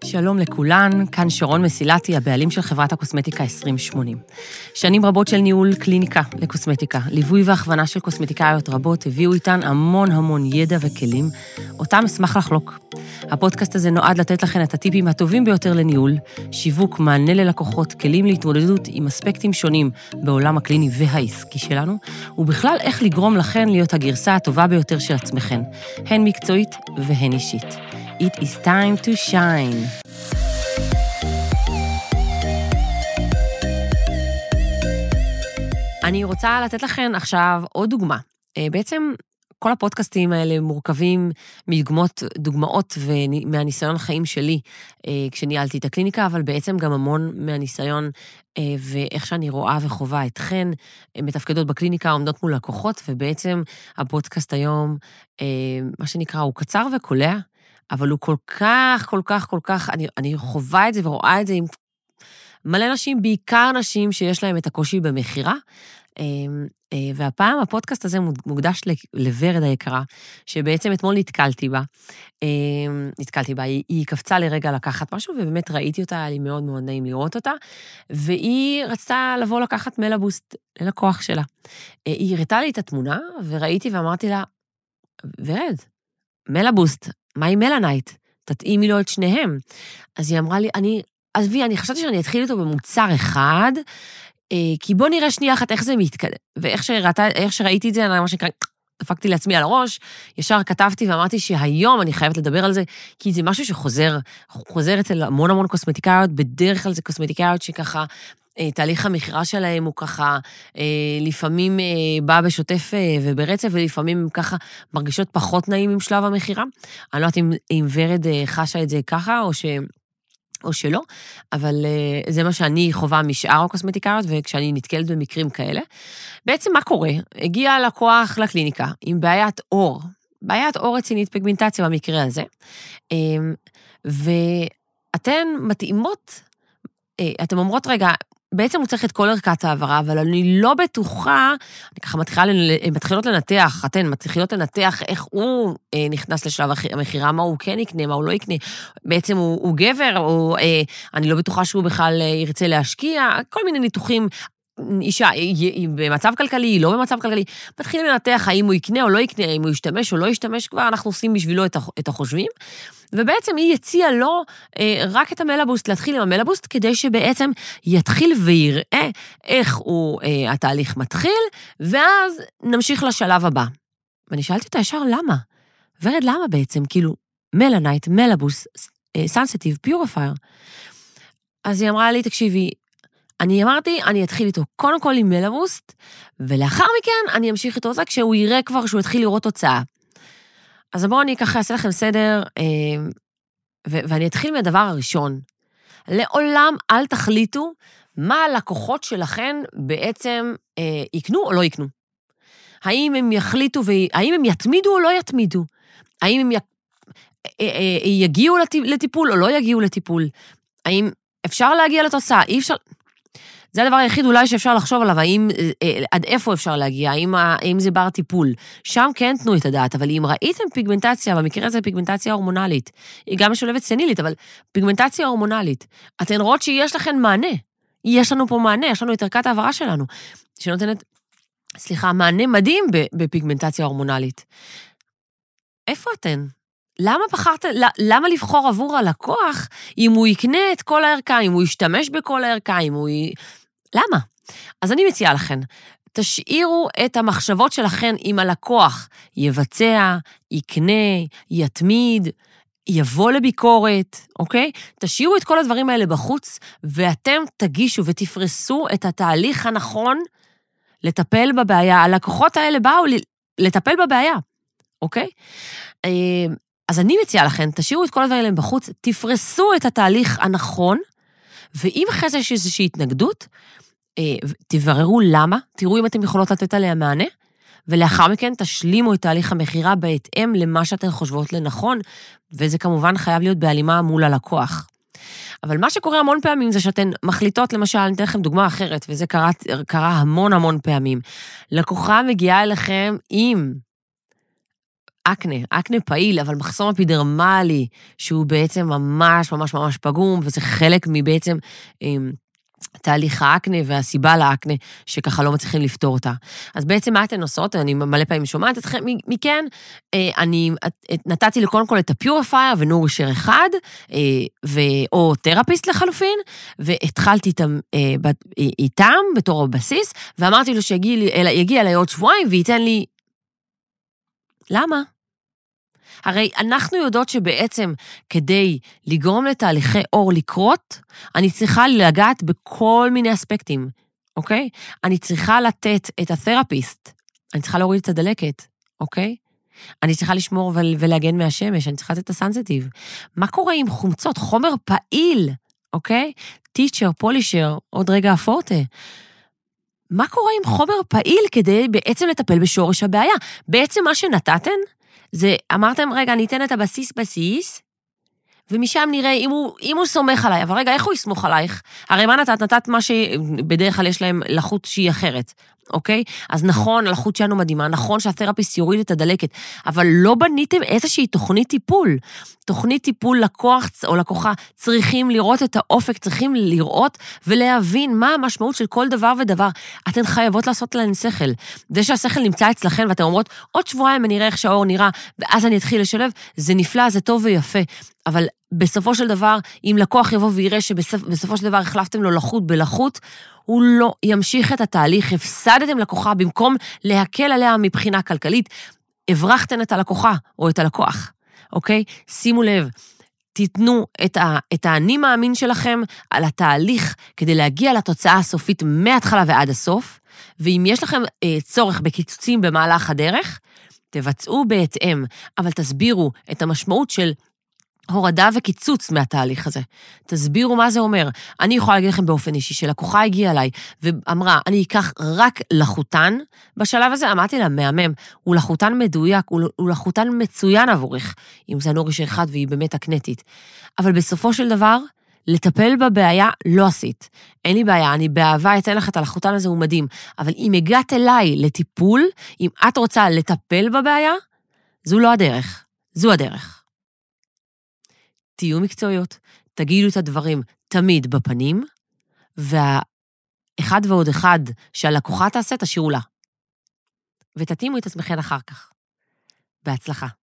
שלום לכולן, כאן שרון מסילתי, הבעלים של חברת הקוסמטיקה 2080. שנים רבות של ניהול קליניקה לקוסמטיקה, ליווי והכוונה של קוסמטיקאיות רבות, הביאו איתן המון ידע וכלים, אותם אשמח לחלוק. הפודקאסט הזה נועד לתת לכן את הטיפים הטובים ביותר לניהול, שיווק, מענה ללקוחות, כלים להתמודדות עם אספקטים שונים בעולם הקליני והעסקי שלנו, ובכלל איך לגרום לכן להיות הגרסה הטובה ביותר של עצמכן, הן מקצועית והן אישית. It is time to shine. אני רוצה לתת לכם עכשיו עוד דוגמה. בעצם כל הפודקאסטים האלה מורכבים מדוגמאות ומהניסיון החיים שלי כשניהלתי את הקליניקה, אבל בעצם גם המון מהניסיון ואיך שאני רואה וחובה אתכן, מתפקדות בקליניקה, עומדות מול לקוחות, ובעצם הפודקאסט היום, מה שנקרא, הוא קצר וקולע, אבל הוא כל כך, אני חובה את זה ורואה את זה עם מלא נשים, בעיקר נשים שיש להם את הקושי במחירה, והפעם הפודקאסט הזה מוקדש לוורד היקרה, שבעצם אתמול נתקלתי בה, היא קפצה לרגע לקחת משהו, ובאמת ראיתי אותה, היה לי מאוד נעים לראות אותה, והיא רצתה לבוא לקחת מלאבוסט ללקוח שלה. היא הראתה לי את התמונה, וראיתי ואמרתי לה, ורד, מלאבוסט, מה עם מלאנייט? תתאימי לו את שניהם. אז היא אמרה לי, אני חשבתי שאני אתחיל איתו במוצר אחד, כי בוא נראה שנייה אחת איך זה מתקדם. ואיך שראיתי את זה, אני ממש דפקתי לעצמי על הראש, ישר כתבתי ואמרתי שהיום אני חייבת לדבר על זה, כי זה משהו שחוזר אצל המון קוסמטיקאיות, בדרך כלל זה קוסמטיקאיות שככה, תהליך המחירה שלהם הוא ככה, לפעמים בא בשוטף וברצף, ולפעמים ככה מרגישות פחות נעים עם שלב המחירה. אני לא יודעת אם ורד חשה את זה ככה, או שלא, אבל זה מה שאני חובה משאר הקוסמטיקאיות, וכשאני נתקלת במקרים כאלה. בעצם מה קורה? הגיע לקוח לקליניקה עם בעיית אור רצינית, פיגמנטציה במקרה הזה, ואתן מתאימות, אתן אומרות רגע, בעצם הוא צריך את כל ערכת העברה, אבל אני לא בטוחה, אני ככה מתחילות לנתח, אתן מתחילות לנתח איך הוא נכנס לשלב המחירה, מה הוא כן יקנה, מה הוא לא יקנה, בעצם הוא גבר, או אני לא בטוחה שהוא בכלל ירצה להשקיע, כל מיני ניתוחים, אישה, היא במצב כלכלי, היא לא במצב כלכלי, מתחילים לנתח האם הוא יקנה או לא יקנה, האם הוא ישתמש או לא ישתמש, כבר אנחנו עושים בשבילו את החושבים, ובעצם היא הציעה לו רק את המלאבוסט, להתחיל עם המלאבוסט, כדי שבעצם יתחיל ויראה איך התהליך מתחיל, ואז נמשיך לשלב הבא. ואני שאלתי אותה ישר, למה? ורד, למה בעצם? כאילו, מלאנייט, מלאבוסט, סנסיטיב, פיוריפייר. אז היא אמרה לי, תקשיבי, אני אמרתי, אני אתחיל איתו קודם כל עם מלאבוסט, ולאחר מכן אני אמשיך איתו זה, כשהוא יראה כבר שהוא יתחיל לראות תוצאה. אז בואו אני ככה אעשה לכם סדר, ואני אתחיל מהדבר הראשון. לעולם אל תחליטו מה הלקוחות שלכם בעצם יקנו או לא יקנו. האם הם יחליטו, האם הם יתמידו או לא יתמידו? האם הם יגיעו לטיפול או לא יגיעו לטיפול? האם אפשר להגיע לתוצאה? אי אפשר... זה הדבר היחיד אולי שאפשר לחשוב עליו, עד איפה אפשר להגיע, האם זה בר טיפול. שם כן תנו את הדעת, אבל אם ראיתם פיגמנטציה, במקרה הזה פיגמנטציה הורמונלית, היא גם משולבת סנילית, אבל פיגמנטציה הורמונלית, אתן רואות שיש לכן מענה. יש לנו פה מענה, יש לנו את ערכת העברה שלנו, שנותנת, מענה מדהים בפיגמנטציה הורמונלית. איפה אתן? למה לבחור עבור הלקוח, אם הוא יקנה את כל הערכה, אם הוא ישתמש בכל הערכה, למה? אז אני מציעה לכן, תשאירו את המחשבות שלכן עם הלקוח, יבצע, יקנה, יתמיד, יבוא לביקורת, אוקיי? תשאירו את כל הדברים האלה בחוץ, ואתם תגישו ותפרסו את התהליך הנכון לטפל בבעיה. הלקוחות האלה באו לטפל בבעיה, אוקיי? אז אני מציעה לכם, תשאירו את כל הדברים האלה בחוץ, תפרסו את התהליך הנכון, ואם אחרי זה יש איזושהי התנגדות, תבררו למה, תראו אם אתם יכולות לתת עליה מענה, ולאחר מכן תשלימו את תהליך המחירה בהתאם למה שאתן חושבות לנכון, וזה כמובן חייב להיות בהלימה מול הלקוח. אבל מה שקורה המון פעמים זה שאתן מחליטות, למשל, אני אתן לכם דוגמה אחרת, וזה קרה המון פעמים. לקוחה מגיעה אליכם עם אקנה פעיל, אבל מחסום אפידרמלי, שהוא בעצם ממש ממש ממש פגום, וזה חלק מבעצם תהליך האקנה והסיבה לאקנה, שככה לא מצליחים לפתור אותה. אז בעצם מה אתן עושות? אני מלא פעמים שומעת אתכם מכן, אני נתתי לקודם כל את הפיוריפייר ונורישר אחד, או תרפיסט לחלופין, והתחלתי איתם בתור הבסיס, ואמרתי לו שיגיע אליי עוד שבועיים, וייתן לי... למה? הרי אנחנו יודעות שבעצם כדי לגרום לתהליכי אור לקרות, אני צריכה לגעת בכל מיני אספקטים, אוקיי? אני צריכה לתת את התרפיסט, אני צריכה להוריד את הדלקת, אוקיי? אני צריכה לשמור ולהגן מהשמש, אני צריכה לתת את הסנסיטיב. מה קורה עם חומצות? חומר פעיל, אוקיי? טיצ'ר, פולישר, עוד רגע הפורטה. מה קורה עם חומר פעיל כדי בעצם לטפל בשורש הבעיה? בעצם מה שנתתם, זה, אמרתם, רגע, אני אתן את הבסיס, ומשם נראה אם הוא סומך עליי, אבל רגע, איך הוא יסמוך עלייך? הרי מה נתת מה שבדרך כלל יש להם לחות שהיא אחרת, אוקיי? אז נכון, הלחות שלנו מדהימה, נכון שהתרפיסט יוריד את הדלקת, אבל לא בניתם איזושהי תוכנית טיפול. תוכנית טיפול לקוח או לקוחה צריכים לראות את האופק, צריכים לראות ולהבין מה המשמעות של כל דבר ודבר. אתן חייבות לעשות להן שכל. זה שהשכל נמצא אצלכן ואתן אומרות, עוד שבועיים אני אראה איך שהאור נראה, ואז אני אתחיל לשלב, זה נפלא, זה טוב ויפה. אבל בסופו של דבר, אם לקוח יבוא ויראה שבסופו של דבר החלפתם לו לחות בלחות, הוא לא ימשיך את התהליך, הפסדתם לקוחה במקום להקל עליה מבחינה כלכלית, הברחתם את הלקוחה או את הלקוח, אוקיי? שימו לב, תיתנו את האני מאמין שלכם על התהליך כדי להגיע לתוצאה הסופית מההתחלה ועד הסוף, ואם יש לכם צורך בקיצוצים במהלך הדרך, תבצעו בהתאם, אבל תסבירו את המשמעות של הורדה וקיצוץ מהתהליך הזה. תסבירו מה זה אומר. אני יכולה להגיד לכם באופן אישי, שלקוחה הגיעה אליי ואמרה, אני אקח רק לחוטן, בשלב הזה אמרתי לה, מהמם, הוא לחוטן מדויק, הוא לחוטן מצוין עבורך, אם זה נורישר אחד והיא באמת אקנטית. אבל בסופו של דבר, לטפל בבעיה לא עשית. אין לי בעיה, אני באהבה אתן לך את הלחוטן הזה, הוא מדהים. אבל אם הגעת אליי לטיפול, אם את רוצה לטפל בבעיה, זו לא הדרך. זו הדרך. תהיו מקצועיות, תגידו את הדברים תמיד בפנים, והאחד ועוד אחד שהלקוחה תעשה, תשאירו לה. ותתאימו את עצמכם אחר כך. בהצלחה.